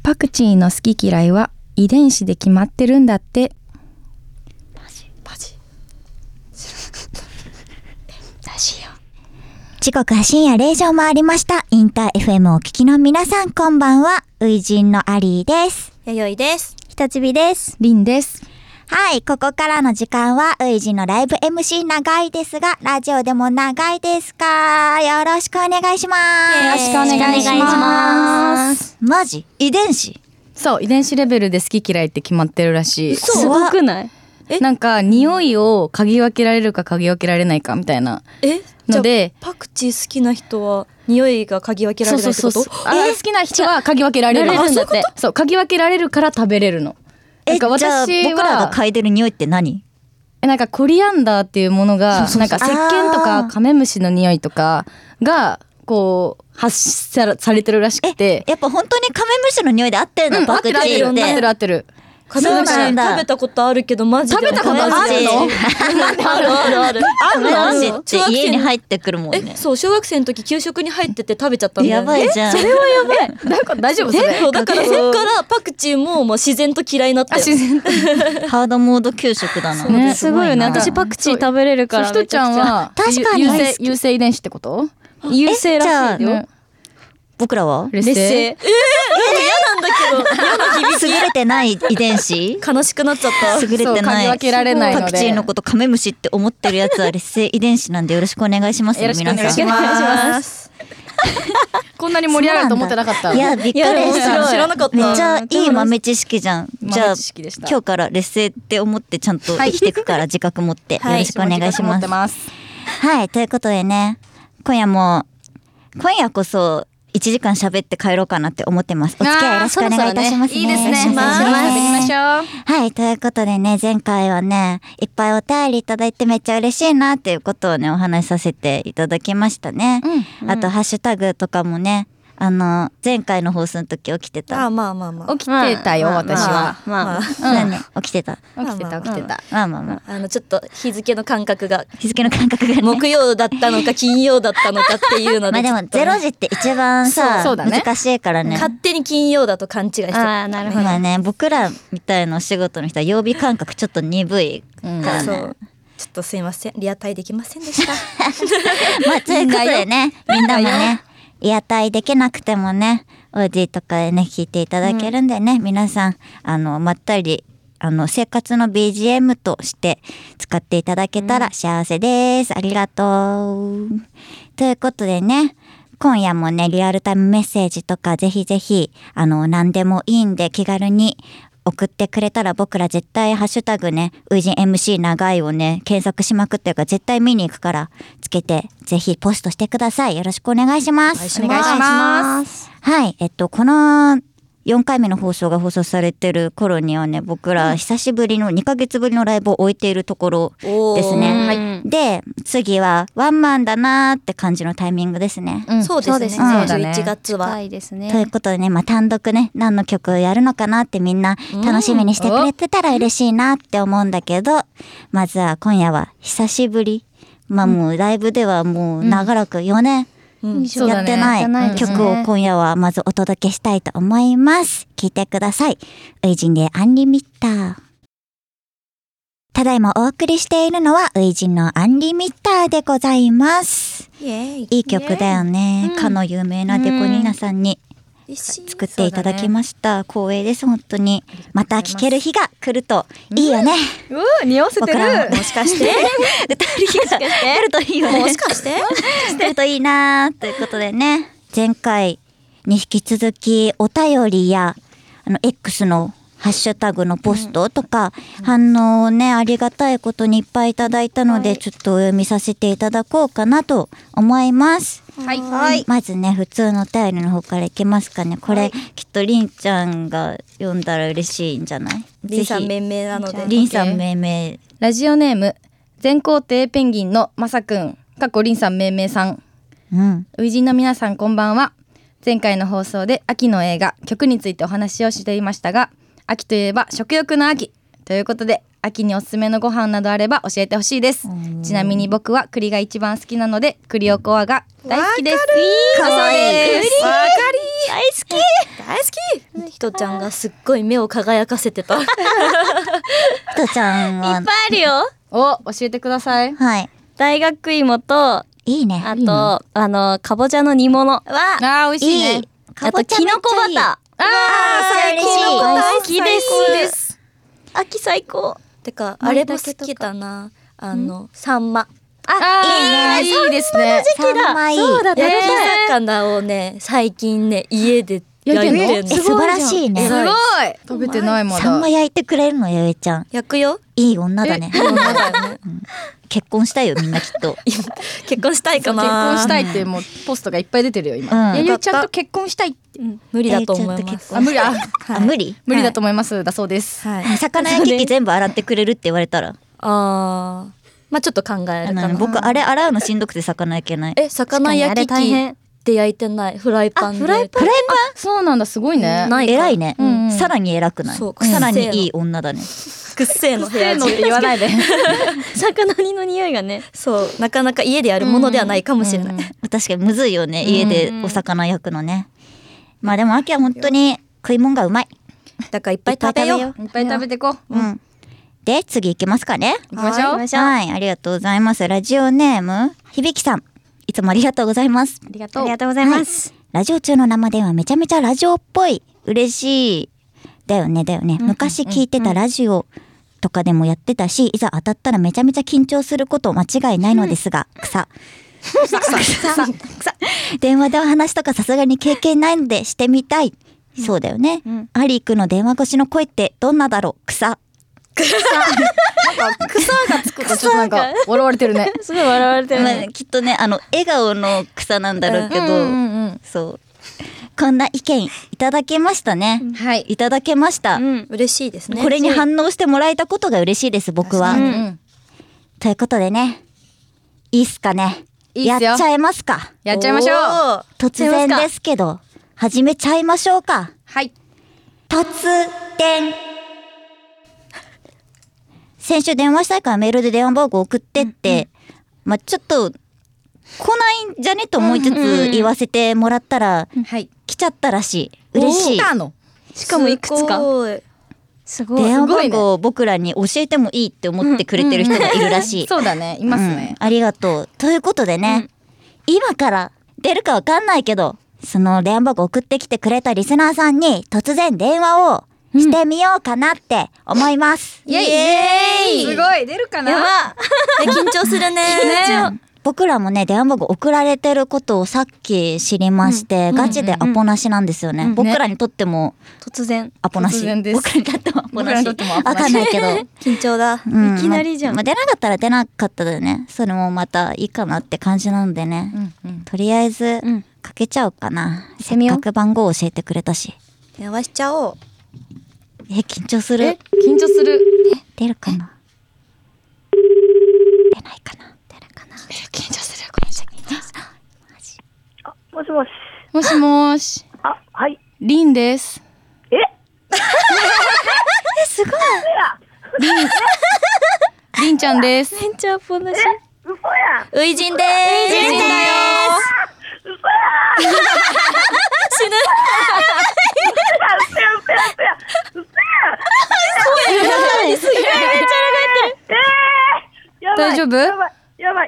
パクチーの好き嫌いは遺伝子で決まってるんだって。 マジらしいよ。時刻は深夜0時を回りました。インター FM をお聞きの皆さん、こんばんは。初陣のアリーです。 弥生です。 ひとちびです。 りんです。 はい、ここからの時間は初陣のライブ MC 長いですが、ラジオでも長いですか？よろしくお願いします。 よろしくお願いします。 マジ？遺伝子？ そう、遺伝子レベルで好き嫌いって決まってるらしい。 すごくない？ なんか匂いを嗅ぎ分けられるか嗅ぎ分けられないかみたいなので、 パクチー好きな人は匂いが嗅ぎ分けられないってこと？ 好きな人は嗅ぎ分けられるんだって。そう、嗅ぎ分けられるから食べれるの。なんかじゃあ僕らが嗅いでる匂いって何？ なんかコリアンダーっていうものがなんか石鹸とかカメムシの匂いとかがこう発射されてるらしくて、 やっぱ本当にカメムシの匂いで合ってるの？パクチーって合ってる。 カメムシ食べたことあるけどマジで食べたことあるの？ あるカメムシって家に入ってくるもんね。 そう、小学生の時給食に入ってて食べちゃったんだよね。 やばいじゃん。 それはやばい。なんか大丈夫それ？ だからそっからパクチーも自然と嫌いになったよ。 自然とハードモード給食だな。 ね、 すごいよね。私パクチー食べれるから。 ひとちゃんは確かに優性遺伝子ってこと？ 優勢らしいよ。 僕らは劣勢。 嫌なんだけど、嫌な響き。 優れてない遺伝子？ 悲しくなっちゃった。 優れてない。 嗅ぎ分けられないので。 パクチーのことカメムシって思ってるやつは劣勢遺伝子なんでよろしくお願いします。 よろしくお願いします。こんなに盛り上がると思ってなかった。 いやびっくりした。 知らなかった。 めっちゃいい豆知識じゃん。じゃあ今日から劣勢って思ってちゃんと生きていくから自覚持ってよろしくお願いします。はい、ということでね、今夜こそ1時間喋って帰ろうかなって思ってます。お付き合いよろしくお願いいたしますね。 いいですね。喋りましょう。 はい、ということでね、前回はね、いっぱいお便りいただいてめっちゃ嬉しいなっていうことをね、お話しさせていただきましたね。あとハッシュタグとかもね、前回の放送の時起きてた。 まあ起きてたよ、私は。 起きてた。 ちょっと日付の感覚がね、 木曜だったのか金曜だったのかっていうので、 まあでも0時って一番さ、難しいからね。 勝手に金曜だと勘違いしてた。 なるほど。 今ね、僕らみたいなお仕事の人は曜日感覚ちょっと鈍いからね。 ちょっとすいません、リアタイできませんでした。 まあということでね、みんなもね、リアタイできなくてもね、オーディとかでね聞いていただけるんでね、皆さんまったり生活の BGM として使っていただけたら幸せです。ありがとう。ということでね、今夜もねリアルタイムメッセージとかぜひぜひ何でもいいんで気軽に送ってくれたら僕ら絶対ハッシュタグね、初陣 MC 長いをね検索しまくってるから絶対見に行くからつけてぜひポストしてください。よろしくお願いします。 お願いします。 はい、この4回目の放送が放送されてる頃にはね、僕ら久しぶりの2ヶ月ぶりのライブを終えているところですね。で、次はワンマンだなーって感じのタイミングですね。 そうですね。11月は。 ということでね、単独ね、何の曲やるのかなってみんな楽しみにしてくれてたら嬉しいなって思うんだけど、まずは今夜は久しぶり。もうライブではもう長らく4年、やってない曲を今夜はまずお届けしたいと思います。聴いてください。初陣でアンリミッター。ただいまお送りしているのは初陣のアンリミッターでございます。いい曲だよね。かの有名なデコニーナさんに作っていただきました。光栄です。本当にまた聴ける日が来るといいよね。 匂わせてる。 もしかして歌える日が来るといいよね。 もしかしてしてるといいなということでね、前回に引き続きお便りやX のハッシュタグのポストとか反応をねありがたいことにいっぱいいただいたので、ちょっとお読みさせていただこうかなと思います。まずね普通のお便りの方からいきますかね。これきっとりんちゃんが読んだら嬉しいんじゃない？ りんさん命名なので。 りんさん命名。 ラジオネーム全皇帝ペンギンのまさくんりんさん命名さん。初陣の皆さんこんばんは。前回の放送で秋の映画曲についてお話をしていましたが、秋といえば食欲の秋ということで、秋におすすめのご飯などあれば教えてほしいです。ちなみに僕は栗が一番好きなので栗おこわが大好きです。 かわいい。 大好き。ひとちゃんがすっごい目を輝かせてた。 ひとちゃんは、 いっぱいあるよ。 お、教えてください。 はい。 大学芋と、 いいね。 あいいのと、かぼちゃの煮物。 わあー、美味しいね。 いい。 あと、きのこバター。 あー、 嬉しい最高。 大好きです最高です。 秋最高。 てかあれも好きだな。サンマ。 あー、いいですね。 サンマいい。 そうだ、 焼き魚をね最近ね家で焼いてんの。 素晴らしいね。 すごい。食べてないまだ。 サンマ焼いてくれるのよえちゃん。 焼くよ。 いい女だね。 そうだよね。 結婚したいよみんなきっと。 結婚したいかな。 結婚したいってもうポストがいっぱい出てるよ今。 うんやゆちゃんと結婚したいって。 無理だと思います。 ちゃんと結婚あ、無理、あ、 あ無理？ 無理だと思いますだそうです。 はい。 魚焼き器全部洗ってくれるって言われたら。 まあちょっと考えるかな。 僕あれ洗うのしんどくて魚焼けない。 魚焼き確かにあれ大変器で焼いてない。フライパンで。 フライパそうなんだ、すごいね。 ないか偉いね。 うんうんさらに偉くない？ そうさらにいい女だね。 くっせーの部屋のって言わないで。 魚煮の匂いがね。 そうなかなか家でやるものではないかもしれない。 確かにむずいよね家でお魚焼くのね。まあでも秋は本当に食い物がうまい。 だからいっぱい食べよう。 いっぱい食べてこう。 うん。で次行きますかね。 行きましょう。 はい、ありがとうございます。ラジオネーム響さん、いつもありがとうございます。 ありがとう。 ありがとうございます。 ラジオ中の生電話めちゃめちゃラジオっぽい。嬉しい。だよね。昔聞いてたラジオとかでもやってたし、いざ当たったらめちゃめちゃ緊張すること間違いないのですが、電話でお話とかさすがに経験ないのでしてみたい。そうだよね。アリーくんの電話越しの声ってどんなだろう？草がつくとちょっとなんか笑われてるね。 すごい笑われてるまあね。 きっとね笑顔の草なんだろうけど、そうこんな意見いただけましたね。 はい。 いただけました。 嬉しいですね。 これに反応してもらえたことが嬉しいです僕は。ということでね、いいっすかね。 いいっすよやっちゃいますか。 やっちゃいましょう。 突然ですけど始めちゃいましょうか。 はい。 突然。先週電話したいからメールで電話番号送ってって、まあちょっと来ないんじゃねと思いつつ言わせてもらったら、 はい。 来ちゃったらしい。嬉しい。 来たの。 しかもいくつか。 すごい。 すごい。 電話番号を僕らに教えてもいいって思ってくれてる人がいるらしい。 そうだね。いますね。 ありがとう。ということでね、今から出るかわかんないけど、その電話番号送ってきてくれたリスナーさんに突然電話をしてみようかなって思います。 イエーイ。すごい出るかな。 やば。緊張するね。 僕らもね電話番号送られてることをさっき知りまして、ガチでアポなしなんですよね。僕らにとっても突然。 アポなし。 突然です僕らにとってもアポなし。 僕らにとってもアポなしわかんないけど。 緊張だ。 うんいきなりじゃんまあ出なかったら出なかったでね、それもまたいいかなって感じなのでね、とりあえずかけちゃおうかな。せっかく番号教えてくれたし。 電話しちゃおう。 緊張する。 緊張する。 出るかな。出ないかな。 緊張する。 もしもし。 もしもし。 あ、はい。 リンです。 えすごい。 リンちゃんです。 めっちゃアポなし。 嘘やん。 ウイジンでーす。 ウイジンだよ。 嘘やん。 死ぬ。 嘘や。 大丈夫？ やばい。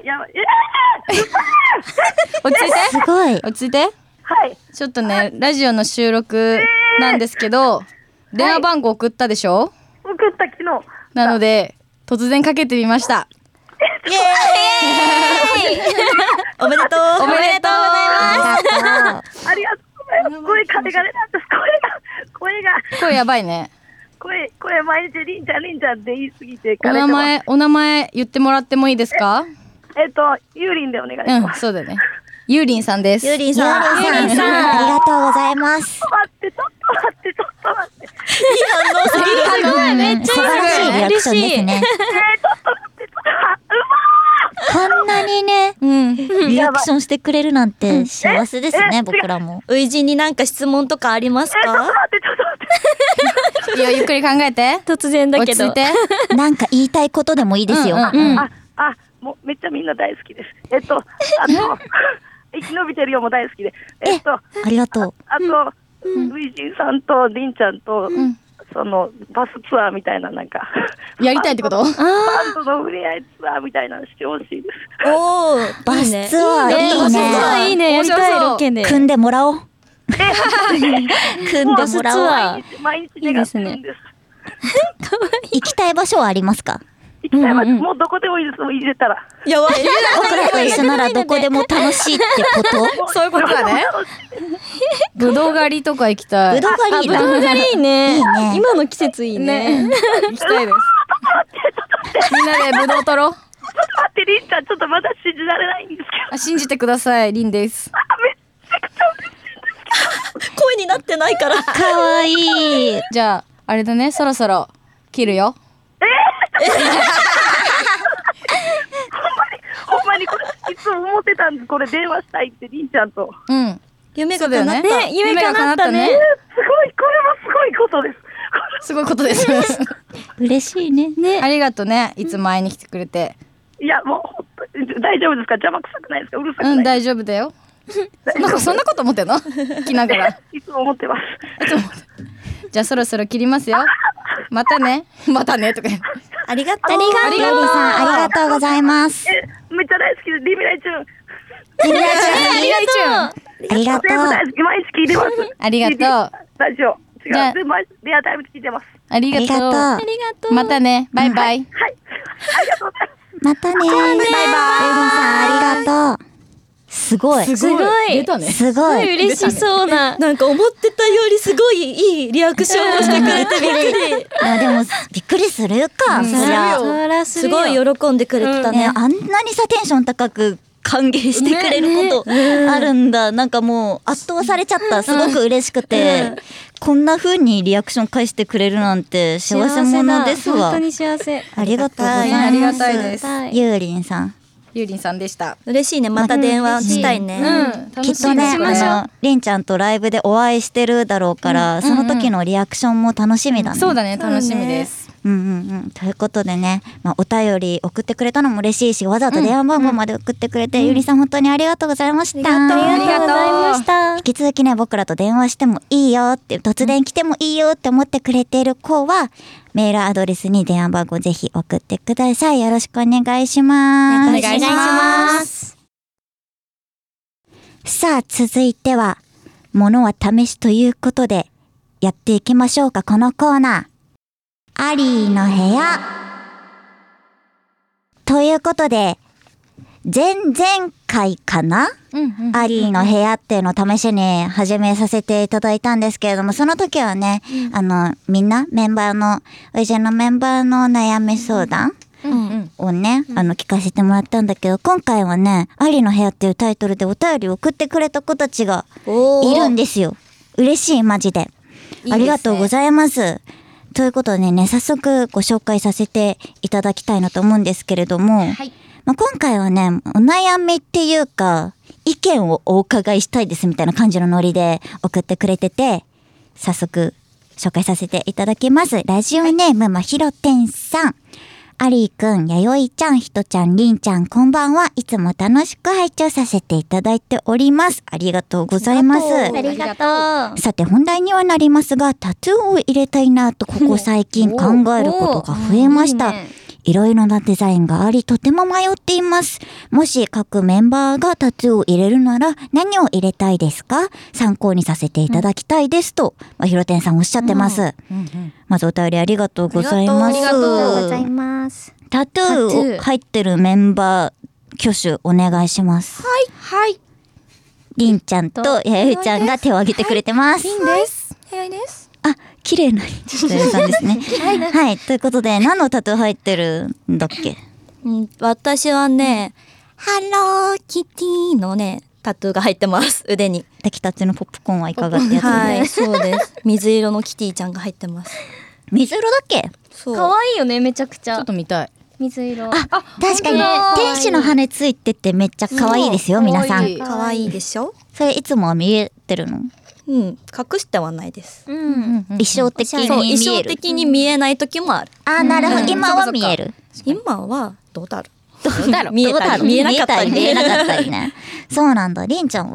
落ち着いて。 すごい。 落ち着いて。 はい。 ちょっとね、ラジオの収録なんですけど、電話番号送ったでしょ？ 送った昨日。 なので突然かけてみました。 イエーイ。おめでとう。 おめでとうございます。 ありがとうございます。声がれなんです。声が。 声やばいね。 声毎日りんちゃんって言いすぎてお名前言ってもらってもいいですか？ ゆうりんでお願いしうん、 ます。 そうだね。ゆうりんさんです。 ゆうりんさん。 ありがとうございます。 ちょっと待って。 すごいめっちゃ素晴らしいリアクションですね。こんなにね、リアクションしてくれるなんて幸せですね、僕らも。 ウイジンになんか質問とかありますか？ ちょっと待って。 いいよ、ゆっくり考えて。 突然だけど。 落ち着いて。 なんか言いたいことでもいいですよ。 もうめっちゃみんな大好きです。生き延びてるよも大好きで。 ありがとう。 あと、 ウイジンさんとりんちゃんと、そのバスツアーみたいななんかやりたいってこと？ バンドの触れ合いツアーみたいなのしてほしいです。 おー、 バスいいね。 ツアーいいバスツアーね。 いいね。やりたいロケで。 組んでもらおう。組んでもらおう。 バスツアー毎日願ってるんです。 行きたい場所はありますか？ 行きたい場所、もうどこでもいいです。もう入れたら。 やばい。 僕らと一緒ならどこでも楽しいってこと？ そういうことだね。ぶどう狩りとか行きたい。 ぶどう狩りいいな。 ぶどう狩りいいね。 いいね今の季節いいね。 行きたいです。みんなでぶどう取ろう。 ちょっと待って、りんちゃん、ちょっとまだ信じられないんですけど。 あ、信じてください、りんです。 声になってないから。 かわいい。 じゃああれだね、そろそろ切るよ。 ほんまにこれいつも思ってたんです。これ電話したいってりんちゃんと。 うん。 夢そうだよね。 が叶った。 ね、夢叶ったね。 すごい、これはすごいことです。 すごいことです。 嬉しいね。 ありがとうね、いつも会いに来てくれて。 いや、もう本当に大丈夫ですか？邪魔くさくないですか？うるさくないですか？ 大丈夫だよ。そんなこと思ってんの？着ながら。 いつも思ってます。 じゃあそろそろ切りますよ。またね。またねとか。 ありがとう。 ありがとうさん、ありがとうございます。 めっちゃ大好きです。リミライチューン。 ありがとう。 全部大好き。毎日聞いてます。 ありがとう。 ラジオ。違う。 じゃあ全部リアタイムで聞いてます。 ありがとう。 あありがとう。 またね。バイバイ。 はい。ありがとうございます。 またね。バイバイ。エリンさん、ありがとう。すごい。 すごい。 出たね。 すごい。 嬉しそうな。 なんか思ってたよりすごいいいリアクションをしてくれてびっくり。 いやでもびっくりするか、そりゃ。 そらすごい喜んでくれてたね、 ね。 あんなにさテンション高く歓迎してくれることあるんだ。なんかもう圧倒されちゃった。すごく嬉しくて、こんな風にリアクション返してくれるなんて幸せ者ですわ。 本当に幸せ。 ありがとうございます。 ありがたいですゆうりんさん。 ゆうりんさんでした。 嬉しいね。また電話したいね。 きっとね、りんちゃんとライブでお会いしてるだろうから、その時のリアクションも楽しみだね。 そうだね、楽しみです。 ということでね、お便り送ってくれたのも嬉しいし、わざわざ電話番号まで送ってくれて、ゆりさん本当にありがとうございました。 ありがとうございました。引き続きね、僕らと電話してもいいよって、突然来てもいいよって思ってくれている子は、メールアドレスに電話番号ぜひ送ってください。よろしくお願いします。 お願いします。 さあ、続いては、ものは試しということで、やっていきましょうか、このコーナー。アリーの部屋。ということで、前々回かな、アリーの部屋っていうのを試しに始めさせていただいたんですけれども、その時はね、みんなメンバーの、うちのメンバーの悩み相談をね、聞かせてもらったんだけど、今回はね、アリーの部屋っていうタイトルでお便りを送ってくれた子たちがいるんですよ。嬉しい、マジで。ありがとうございます。ということでね、早速ご紹介させていただきたいなと思うんですけれども、今回はね、お悩みっていうか、意見をお伺いしたいですみたいな感じのノリで送ってくれてて、早速紹介させていただきます。ラジオネーム、まひろてんさん。アリーくん、やよいちゃん、ひとちゃん、りんちゃん、こんばんは。いつも楽しく拝聴させていただいております。ありがとうございます。 ありがとう。 さて本題にはなりますが、タトゥーを入れたいなとここ最近考えることが増えました。いろいろなデザインがあり、とても迷っています。もし各メンバーがタトゥーを入れるなら何を入れたいですか？参考にさせていただきたいですと、ひろてんさんおっしゃってます。まずお便りありがとうございます。 ありがとうございます。 タトゥーを入ってるメンバー挙手お願いします。 はい。 りんちゃんとやゆちゃんが手を挙げてくれてます。 りんです。 早いです。 あ、綺麗なりんちゃんさんですね。はい、ということで何のタトゥー入ってるんだっけ？ 私はね、ハローキティのね、タトゥーが入ってます、腕に。 出来たてのポップコーンはいかがってやつで、 はい、そうです。水色のキティちゃんが入ってます。 水色だっけ？ そう。 可愛いよね、めちゃくちゃちょっ。と見たい。 水色。 確かに本当だ天使の羽ついててめっちゃ可愛いですよ、皆さん。 可愛いでしょ？ それいつもは見えてるの？ 隠してはないです。 衣装的にそう、衣見える。 装的に見えない時もある。 あ、なるほど。今は見える。 今はどうだろう。 どうだろう。 見えたり見えなかったり見えなかったりね。そうなんだ。りんちゃんは？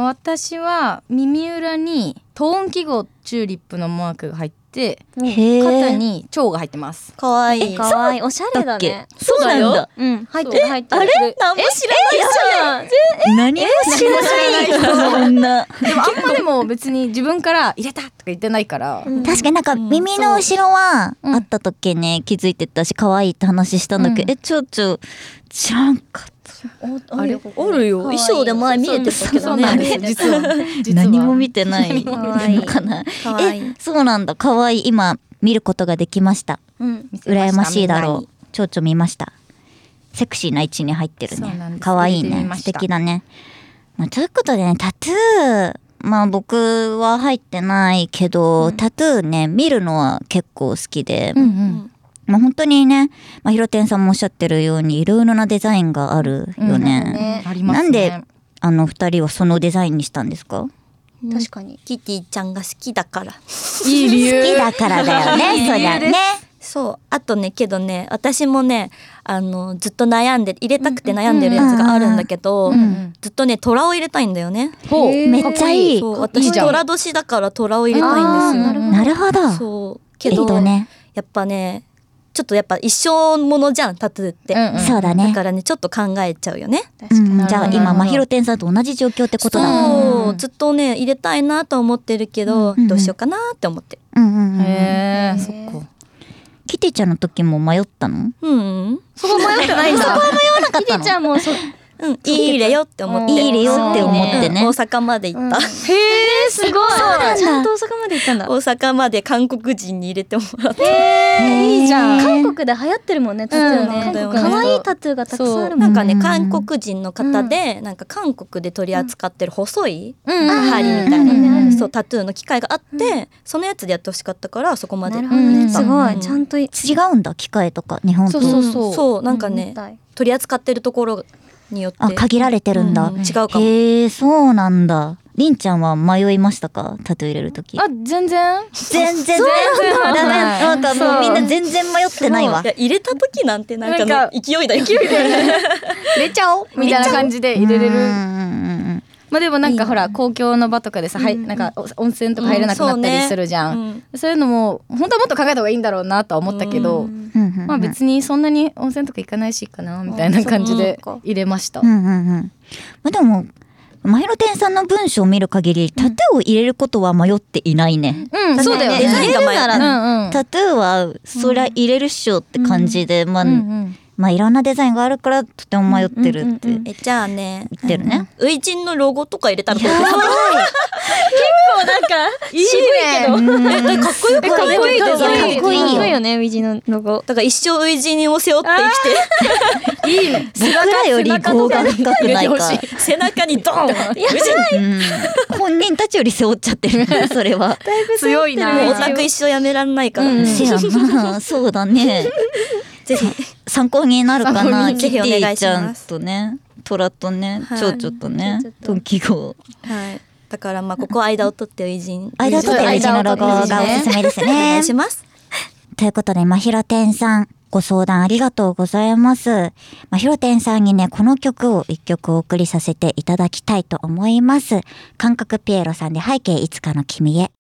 私は耳裏にトーン記号チューリップのマークが入って肩に蝶が入ってます。 かわいい。 かわいい。おしゃれだね。 そうなんだ。 うん入ってる入ってる。 あれ何も知らないじゃん。 何も知らないそんな。 でもあんまでも別に自分から入れたとか言ってないから、 確かになんか耳の後ろは会った時ね気づいてたし可愛いって話したんだけど、ちょ知らんかった。 あるよ。衣装で前見えてたけどね。 実は何も見てないのかな。そうなんだ。可愛い。今見ることができました。羨ましいだろう。蝶々見ました。セクシーな位置に入ってるね。可愛いね。素敵だね。ということでね、タトゥー僕は入ってないけど、タトゥーね見るのは結構好きで。本当にね、ひろてんさんもおっしゃってるようにいろいろなデザインがあるよね。なんで二人はそのデザインにしたんですか？ 確かにキティちゃんが好きだから。 いい理由。 好きだからだよね。そりゃね。 そう。あとねけどね私もねずっと悩んで入れたくて悩んでるやつがあるんだけど、ずっとね虎を入れたいんだよね。 めっちゃいい。 そう私虎年だから虎を入れたいんですよ。 なるほど。 そうけどやっぱねちょっとやっぱ一生ものじゃんタトゥーって、 そうだね。 だからねちょっと考えちゃうよね。 じゃあ今まひろてんさんと同じ状況ってことだ。 そうずっとね入れたいなと思ってるけど、どうしようかなって思って。 へえ、そっか。 キティちゃんの時も迷ったの？ そこ迷ってないんだ。 そこは迷わなかったの？ キティちゃんも入れよって思って。 入れよって思ってね。 大阪まで行った。 へえ、すごい。 ちゃんと大阪まで行ったんだ。 大阪まで韓国人に入れてもらって。 いいじゃん。 韓国で流行ってるもんねタトゥーね。可愛いタトゥーがたくさんあるもんね。 なんかね韓国人の方でなんか韓国で取り扱ってる細い針みたいなそうタトゥーの機械があってそのやつでやってほしかったからそこまで行った。 すごいちゃんと違うんだ機械とか日本と。 そうなんかね取り扱ってるところによって限られてるんだ。 違うかも。 へえ、そうなんだ。りんちゃんは迷いましたか？タトゥー入れるとき。 全然ダメ。なんかもうみんな全然迷ってないわ。 いや入れた時なんてなんか勢いだよ。 入れちゃおうみたいな感じで入れれる。でもなんかほら公共の場とかでさなんか温泉とか入れなくなったりするじゃん。そういうのも本当はもっと考えた方がいいんだろうなとは思ったけど、別にそんなに温泉とか行かないしかなみたいな感じで入れました。 でもまひろてんさんの文章を見る限りタトゥーを入れることは迷っていないね。 そうだよね。 デザインが迷う。 タトゥーはそりゃ入れるっしょって感じで、いろんなデザインがあるからとても迷ってるってじゃあね言ってるね。 ウイジンのロゴとか入れたらどうですか？ 結構なんか渋いけどかっこよくかっこいいデザイン。 かっこいいよねウイジンのロゴ。 だから一生ウイジンを背負って生きていいね。 僕らより業が深くないか。 背中にドン。 本人たちより背負っちゃってる。それは強いな。 もうオタク一生やめらんないから。 せやな。そうだね。ぜひ参考になるかな。キティちゃんとねトラとね蝶々とねトンキゴ。 だからここ間を取ってウイジン間を取ってウイジンのロゴがおすすめですね。 お願いします。 ということでまひろてんさんご相談ありがとうございます。まひろてんさんにねこの曲を一曲お送りさせていただきたいと思います。感覚ピエロさんで背景いつかの君へ。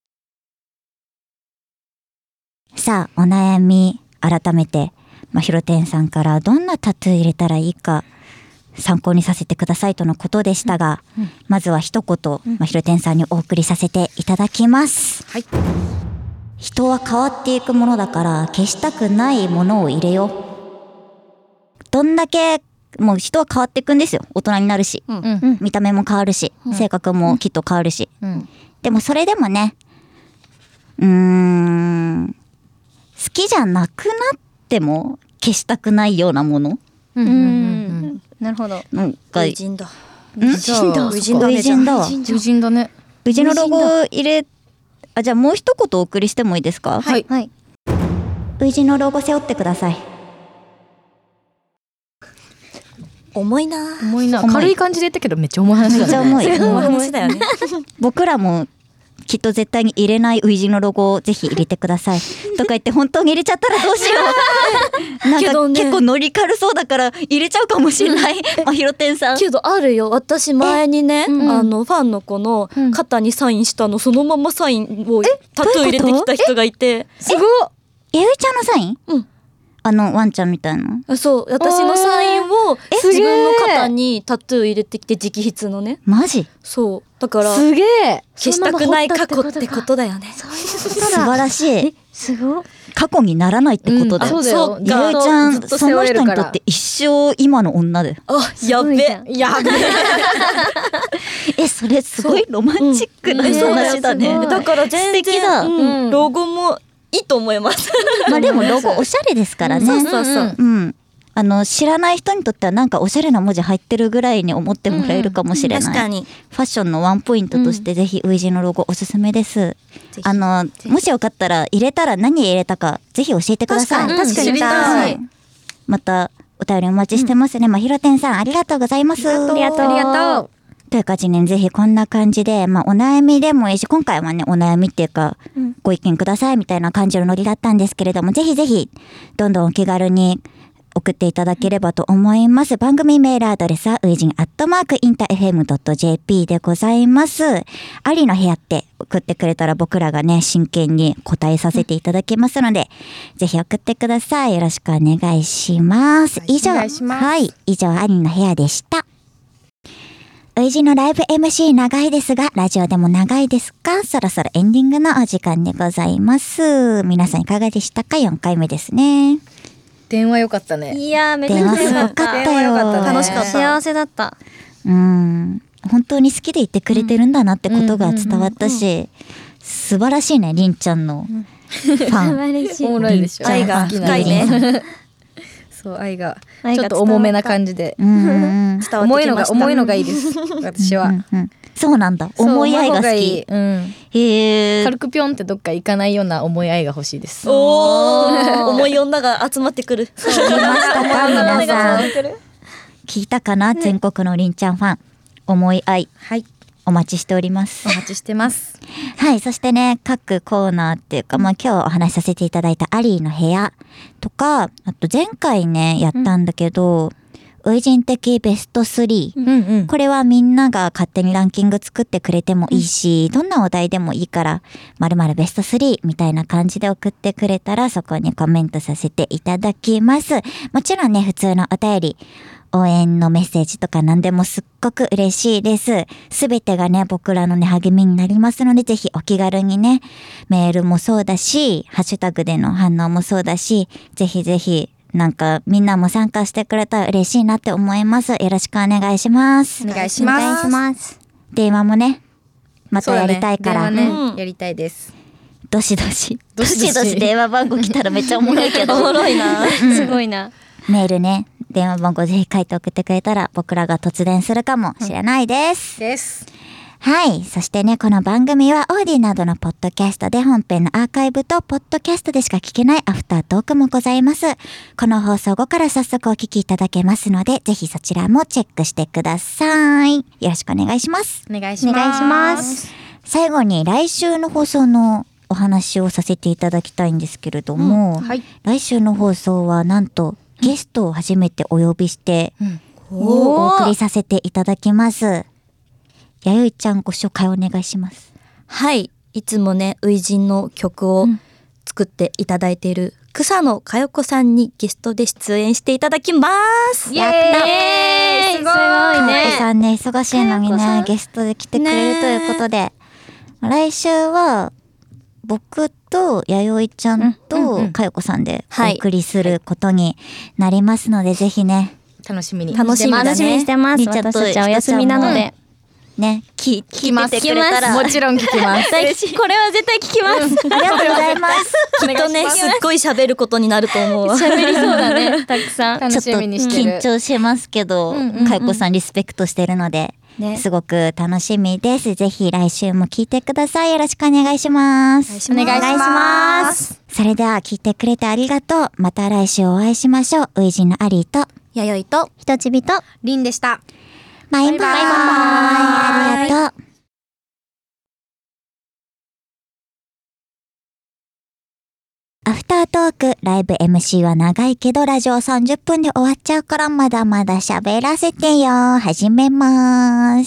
さあお悩み改めてまひろてんさんからどんなタトゥー入れたらいいか参考にさせてくださいとのことでしたが、まずは一言まひろてんさんにお送りさせていただきます。人は変わっていくものだから消したくないものを入れよう。どんだけもう人は変わっていくんですよ。大人になるし、見た目も変わるし、性格もきっと変わるし、でもそれでもね好きじゃなくなっても消したくないようなもの。 なるほど。 なんかウイジンだ。 ウイジンだ。ウイジンだわ。 ウイジンだね。 ウイジンのロゴ入れじゃあもう一言お送りしてもいいですか？ はい。 ウイジンのロゴ背負ってください。 重いな。 軽い感じで言ったけどめっちゃ重い話だね。 めっちゃ重い。 重い話だよね。 僕らもきっと絶対に入れない初陣のロゴをぜひ入れてくださいとか言って本当に入れちゃったらどうしようなんか結構ノリ軽そうだから入れちゃうかもしれないまひろてんさん。 けどあるよ、私前にね、ファンの子の肩にサインしたのそのままサインをタトゥー入れてきた人がいて、 すごっ。 やゆいちゃんのサイン？ うん、 ワンちゃんみたいな。 そう、私のサインを自分の肩にタトゥー入れてきて直筆のね。 マジ？ そうだからすげえ。 消したくない過去ってことだよね。 素晴らしい。 すごい。 過去にならないってことだよ。 そうだよ。 やゆいちゃんずっとその人背負えるからにとって一生今の女だよ。 あ、やべやべえ。 それすごいロマンチックな話だね。 だから全素敵だ。 然ロゴもいいと思いますまあでもロゴおしゃれですからね。 そうそう知らない人にとってはなんかおしゃれな文字入ってるぐらいに思ってもらえるかもしれない。 確かにファッションのワンポイントとしてぜひ初陣のロゴおすすめです。もしよかったら入れたら何入れたかぜひ教えてください。 確かに知りたい。 またお便りお待ちしてますね。まひろてんさんありがとうございます。 ありがとう。 という感じでぜひこんな感じで、お悩みでもいいし、今回はねお悩みっていうか、ご意見くださいみたいな感じのノリだったんですけれども、ぜひぜひどんどんお気軽に送っていただければと思います。番組メールアドレスはuijin@interfm.jp でございます。ありの部屋って送ってくれたら僕らがね真剣に答えさせていただきますので、ぜひ送ってください。よろしくお願いします。以上、以上ありの部屋でした。初陣のライブ MC 長いですが、ラジオでも長いですか？そろそろエンディングのお時間でございます。皆さんいかがでしたか？4回目ですね。 電話良かったね。 いやめちゃ電話めちゃすごかったよ。 楽しかった。 幸せだった。 本当に好きでいてくれてるんだなってことが伝わったし、素晴らしいね、りんちゃんのファン。 嬉しい。 おもろいでしょ。 愛が深いね。 そう、愛がちょっと重めな感じで伝わって重いきました。 重いのがいいです私は。 そうなんだ。重い愛が好き。 軽くピョンってどっか行かないような重い愛が欲しいです。 重い女が集まってくる。 聞きましたか皆さん。聞いたかな、全国のりんちゃんファン。重い愛、お待ちしております。 お待ちしてます。 はい、そしてね、各コーナーっていうか、今日お話しさせていただいたアリーの部屋とか、あと前回ねやったんだけど、初陣的ベスト3、これはみんなが勝手にランキング作ってくれてもいいし、どんなお題でもいいから〇〇ベスト3みたいな感じで送ってくれたら、そこにコメントさせていただきます。もちろんね、普通のお便り、応援のメッセージとか何でもすっごく嬉しいです。すべてがね、僕らのね、励みになりますので、ぜひお気軽にね、メールもそうだし、ハッシュタグでの反応もそうだし、ぜひぜひ、なんかみんなも参加してくれたら嬉しいなって思います。よろしくお願いします。 お願いします。 電話もね、またやりたいから。 電話ね、やりたいです。 どしどし電話番号来たらめっちゃおもろいけど。 おもろいな。 すごいな。 メールね、電話番号ぜひ書いて送ってくれたら僕らが突然するかもしれないです。はい。そしてね、この番組はオーディなどのポッドキャストで本編のアーカイブとポッドキャストでしか聞けないアフタートークもございます。この放送後から早速お聞きいただけますので、ぜひそちらもチェックしてください。よろしくお願いします。 お願いします。 最後に来週の放送のお話をさせていただきたいんですけれども、来週の放送はなんとゲストを初めてお呼びして、お送りさせていただきます。やゆいちゃんご紹介お願いします。 はい、いつもね、初陣の曲を作っていただいている草野佳代子さんにゲストで出演していただきます。 やったすごいね。 佳代子さんね、忙しいのにね、ゲストで来てくれるということで、来週は僕とやよいちゃんと佳代子さんでお送りすることになりますので、ぜひね、 楽しみに楽しみしてます。私たちはお休みなのでね、聞いてくれたらもちろん聞きます。 これは絶対聞きます。 ありがとうございます。 きっとね、すっごい喋ることになると思う。 喋りそうだね、たくさん。 楽しみにしてる。 緊張しますけど、佳代子さんリスペクトしてるので、すごく楽しみです。ぜひ来週も聞いてください。よろしくお願いします。 お願いします。 それでは聞いてくれてありがとう。また来週お会いしましょう。初陣のアリーとやよいとひとちびとりんでした。 バイバイ。ありがとう。 アフタートーク、ライブ MC は長いけどラジオ30分で終わっちゃうからまだまだ喋らせてよ。始めます。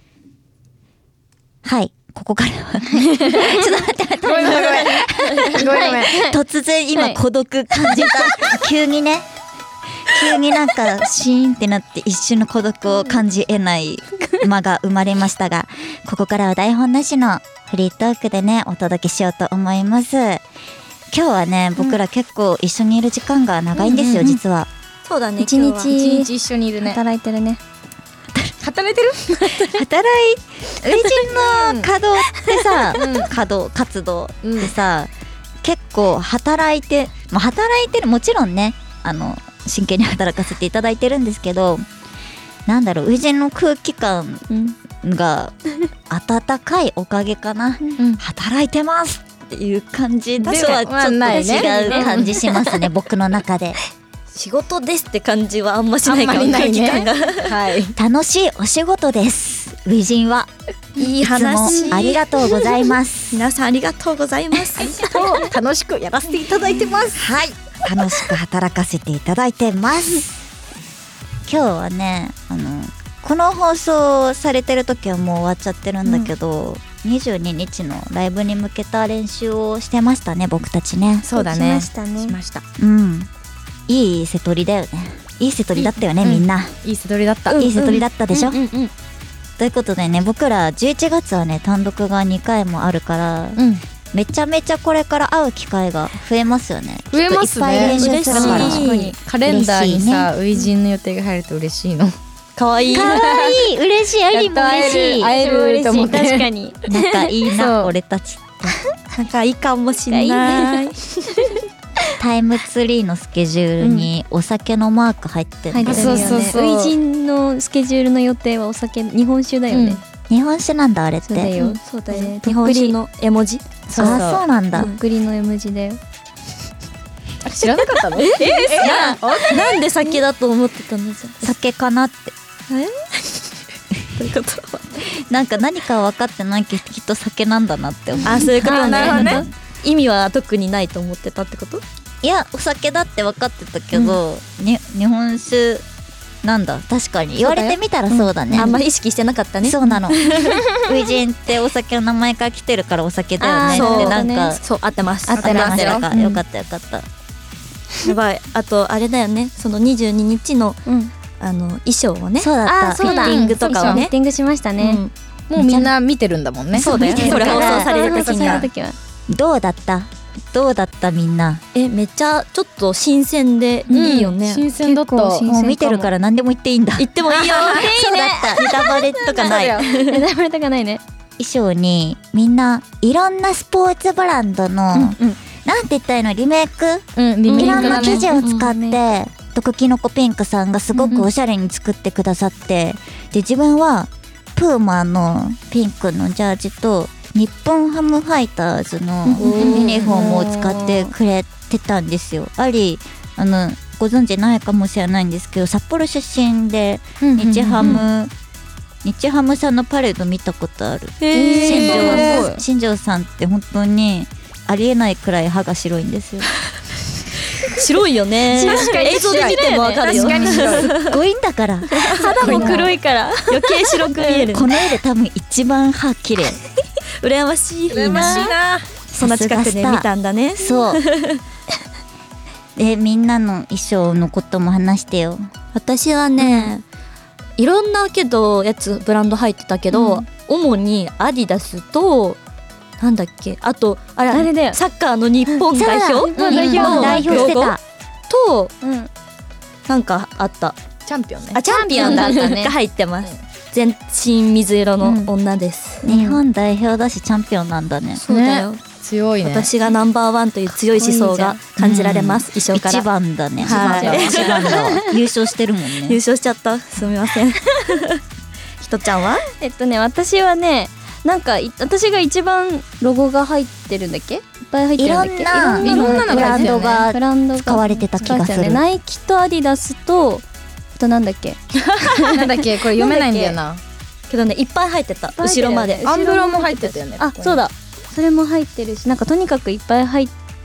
はい、ここからは。ちょっと待って。 ごめん。 突然今孤独感じた。急になんかシーンってなって一瞬の孤独を感じ得ない間が生まれましたが、ここからは台本なしのフリートークでね、お届けしようと思います。今日はね、僕ら結構一緒にいる時間が長いんですよ、実は。 そうだね。 一日一緒にいるね。 働いてるね。 働いてる？ 初陣の稼働ってさ、活動ってさ、結構働いてる、もちろんね、真剣に働かせていただいてるんですけど、なんだろう、初陣の空気感が温かいおかげかな。働いてますっていう感じではちょっと違う感じしますね、僕の中で。 仕事ですって感じはあんましないから、空気感が。 はい。 楽しいお仕事です。初陣はいい話、いつもありがとうございます。 皆さんありがとうございます。 楽しくやらせていただいてます。 はい、楽しく働かせていただいてます。今日はね、この放送されてる時はもう終わっちゃってるんだけど、22日のライブに向けた練習をしてましたね、僕たちね。 そうだね。 しました。 いい瀬取りだよね。いい瀬取りだったよね、みんな。 いい瀬取りだった。 いい瀬取りだったでしょ。ということでね、僕ら11月はね、単独が2回もあるから、めちゃめちゃこれから会う機会が増えますよね。 増えますね。 いっぱい練習するから。 カレンダーにさ、初陣の予定が入ると嬉しいの。 かわいい。 嬉しい。ありも嬉しい。 会えると思って。 確かに。 仲いいな、俺たち。 仲いいかもしれない。 タイムツリーのスケジュールにお酒のマーク入ってる。 そう。初陣のスケジュールの予定はお酒、日本酒だよね。 日本酒なんだあれって。 そうだね。 日本酒の絵文字。 そうなんだ。 とっくりの絵文字だよ。 知らなかったの？ なんで酒だと思ってたのじゃ。 酒かなって。 どういうこと？ なんか何か分かってないけどきっと酒なんだなって思う。 あ、そういうことね。 意味は特にないと思ってたってこと？ いや、お酒だって分かってたけど、日本酒なんだ。確かに言われてみたらそうだね。 あんまり意識してなかったね。 そうなの。初陣ってお酒の名前から来てるからお酒だよねってなんか。 そう、合ってます。 合ってましたか。よかった。 やばい。あとあれだよね。その22日の衣装をね。 そうだった。 フィッティングとかをね。 フィッティングしましたね。 もうみんな見てるんだもんね。 そうだよ。これ放送される時には。 どうだったみんな。 めっちゃちょっと新鮮でいいよね。 新鮮だった。 もう見てるから何でも言っていいんだ。 言ってもいいよ。 そうだった。ネタバレとかない。 ネタバレとかないね。 衣装にみんないろんなスポーツブランドのなんて言ったらいいの、リメイク、いろんな生地を使って毒キノコピンクさんがすごくおしゃれに作ってくださって、で自分はプーマのピンクのジャージと日本ハムファイターズのユニフォームを使ってくれてたんですよ。ご存知ないかもしれないんですけど、札幌出身で日ハムさんのパレード見たことある。新庄さんって本当にありえないくらい歯が白いんですよ。 白いよね。映像で見てもわかるよ。 すごいんだから。 肌も黒いから余計白く見える。 この絵で多分一番歯綺麗。 羨ましい。羨ましいな。そんな近くで見たんだね。 そう。でみんなの衣装のことも話してよ。 私はね、いろんなブランド入ってたけど、主にアディダスとなんだっけ、あとあれだよ、サッカーの日本代表代表してたと、なんかあった。 チャンピオンね。 チャンピオンだったね。が入ってます。全身水色の女です。 日本代表だしチャンピオンなんだね。 そうだよ。 強いね。 私がナンバーワンという強い思想が感じられます。衣装から。 一番だね。 一番だわ。 優勝してるもんね。 優勝しちゃった。すみません。ひとちゃんは？ 私はね、なんか私が一番ロゴが入ってるんだっけ？いっぱい入ってるんだっけ？いろんなブランドが使われてた気がする。 ナイキとアディダスとあとなんだっけ？ なんだっけ？これ読めないんだよな。 けどね、いっぱい入ってた。後ろまで。 アンブロも入ってたよね。 あ、そうだ。それも入ってるし、なんかとにかくいっぱい入っ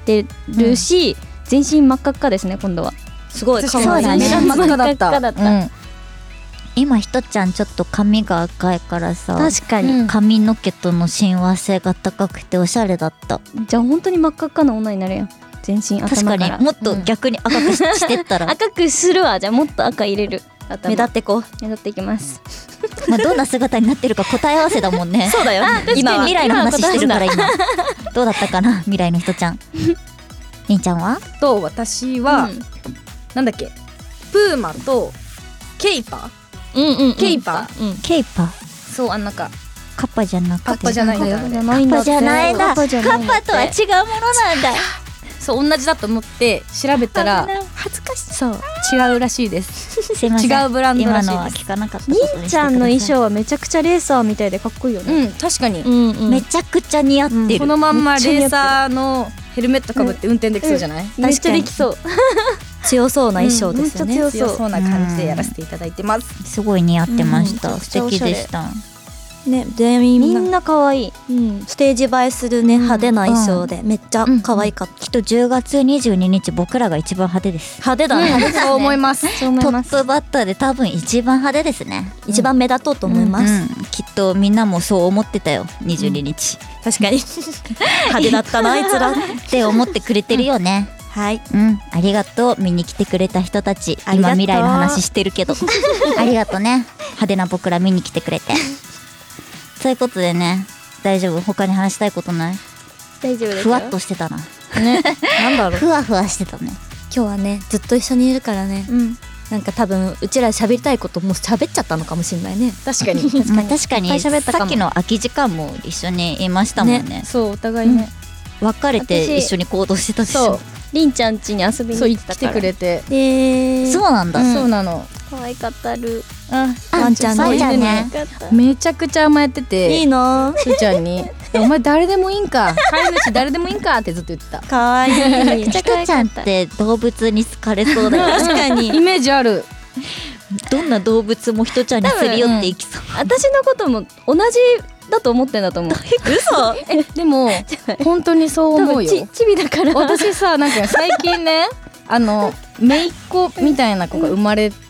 ってるし、全身真っ赤っかですね今度は。 すごいそうだね真っ赤だった。 真っ赤だった今ひとちゃんちょっと髪が赤いからさ、 確かに、 髪の毛との親和性が高くておしゃれだった。 じゃあ本当に真っ赤っかな女になるやん、全身頭から。 確かにもっと逆に赤くしてったら、 赤くするわ。じゃあもっと赤入れる。 目立ってこう。 目立っていきます。 まあどんな姿になってるか答え合わせだもんね。 そうだよ。 今未来の話してるから今どうだったかな未来のひとちゃん。りんちゃんは？ と私は、なんだっけ、プーマとケイパー、ケイパー、 ケイパそうなんかカッパじゃなくて。 カッパじゃないんだよね。 カッパじゃないんだ。カッパとは違うものなんだ。 そう同じだと思って調べたら恥ずかしい。 そう違うらしいです。 すいません。 違うブランドらしいです。 今のは聞かなかったことにしてください。 りんちゃんの衣装はめちゃくちゃレーサーみたいでかっこいいよね。 確かに、 めちゃくちゃ似合ってる。 このまんまレーサーのヘルメットかぶって運転できそうじゃない？ めっちゃできそう。 強そうな衣装ですよね。 強そうな感じでやらせていただいてます。 すごい似合ってました。素敵でした。 ね、みみんな可愛い。 ステージ映えするね派手な衣装でめっちゃ可愛かった。 きっと10月22日僕らが一番派手です。 派手だね。 そう思います。 トップバッターで多分一番派手ですね。 一番目立とうと思います。 きっとみんなもそう思ってたよ。22日。 確かに派手だったなあいつらって思ってくれてるよね。 はい、 ありがとう。見に来てくれた人たち。今未来の話してるけどありがとうね。派手な僕ら見に来てくれて。そういうことでね、大丈夫？他に話したいことない？ 大丈夫ですよ。 ふわっとしてたな。 なんだろう。 ふわふわしてたね。 今日はねずっと一緒にいるからね。なんか多分うちら喋りたいことも喋っちゃったのかもしれないね。 確かに確かにさっきの空き時間も一緒にいましたもんね。 そうお互いね、 別れて一緒に行動してたでしょ。 りんちゃん家に遊びに来たから来てくれて。 そうなんだ。 そうなの。 可愛かったる。 ワンちゃんね。 めちゃくちゃ甘えてて。 いいな。 しーちゃんにお前誰でもいいんか、飼い主誰でもいいんかってずっと言ってた。 可愛い。 ひとちゃんって動物に好かれそうだよ。 確かにイメージある。 どんな動物もひとちゃんにすり寄っていきそう。 私のことも同じだと思ってんだと思う。 嘘？ でも本当にそう思うよ。 チビだから。 私さ、なんか最近ね姪っ子みたいな子が生まれて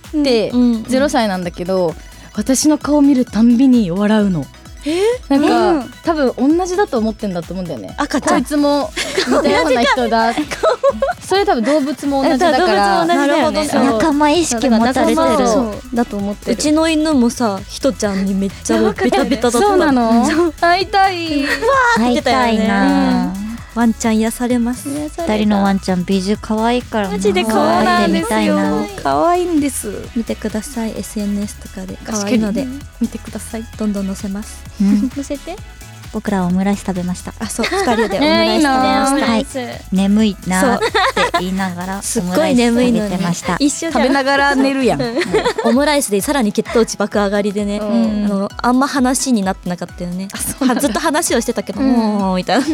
0歳なんだけど、私の顔見るたんびに笑うの。なんか多分同じだと思ってんだと思うんだよね。 赤ちゃんこいつも似たような人だ。それ多分動物も同じだから。 なるほど。 仲間意識持たれてる。 だと思ってる。 うちの犬もさひとちゃんにめっちゃベタベタだった。 そうなの。会いたい。 会いたいな。 ワンちゃん癒されます。 二人のワンちゃん美女可愛いからマジで可愛いんですよ。 可愛いんです。 見てください。 SNS とかで可愛いので見てください。 どんどん載せます。 載せて。 僕らオムライス食べました。 あ、そう、2人でオムライス食べました。 はい、眠いなって言いながらすっごい眠いのに一緒食べながら寝るやん。 オムライスでさらに血糖値爆上がりでね、あんま話になってなかったよね。ずっと話をしてたけどもうみたいな。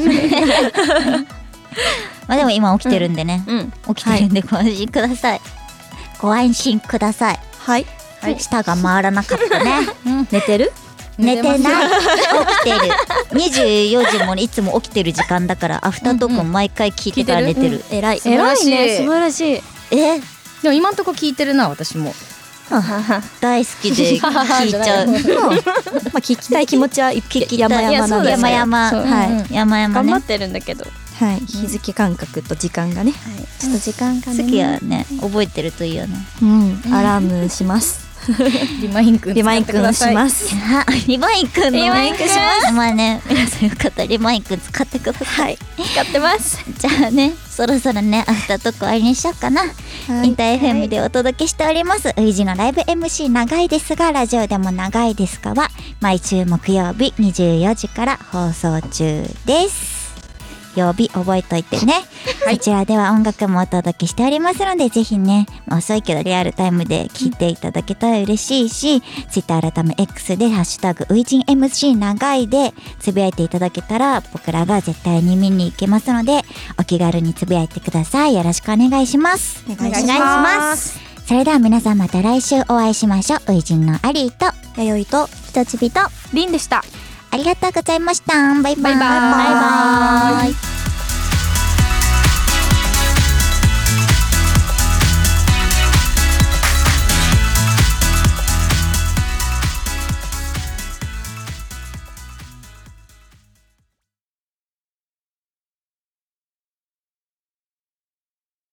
まあでも今起きてるんでね、起きてるんでご安心ください。ご安心ください。 はい。 舌が回らなかったね。 寝てる？ 寝てない。起きてる。24時もいつも起きてる時間だからアフタートーク毎回聞いてから寝てる。 偉い。 偉いね。素晴らしい。 でも今んとこ聞いてるな私も。 大好きで聞いちゃう。まあ聞きたい気持ちは山々なんで。 山々ね。 頑張ってるんだけど。 はい、日付感覚と時間がね、 ちょっと時間がね、 次はね覚えてるといいよね。 アラームします。 リマインくんします。 リマインくんリマインくんします。 まあね、皆さんよかったらリマインくん使ってください。 使ってます。 じゃあね、そろそろねアフタートーク終わりにしようかな。インター FM でお届けしておりますウイジのライブ MC 長いですがラジオでも長いですかは毎週木曜日24時から放送中です。曜日覚えといてね、こちらでは音楽もお届けしておりますのでぜひね、遅いけどリアルタイムで聞いていただけたら嬉しいし、Twitter 改め X でハッシュタグウイジン MC 長いでつぶやいていただけたら僕らが絶対に見に行けますのでお気軽につぶやいてください。よろしくお願いします。 お願いします。 それでは皆さんまた来週お会いしましょう。ウイジンのアリーと弥生とひとちびとリンでした。 ありがとうございました。バイバイ。 バイバイ。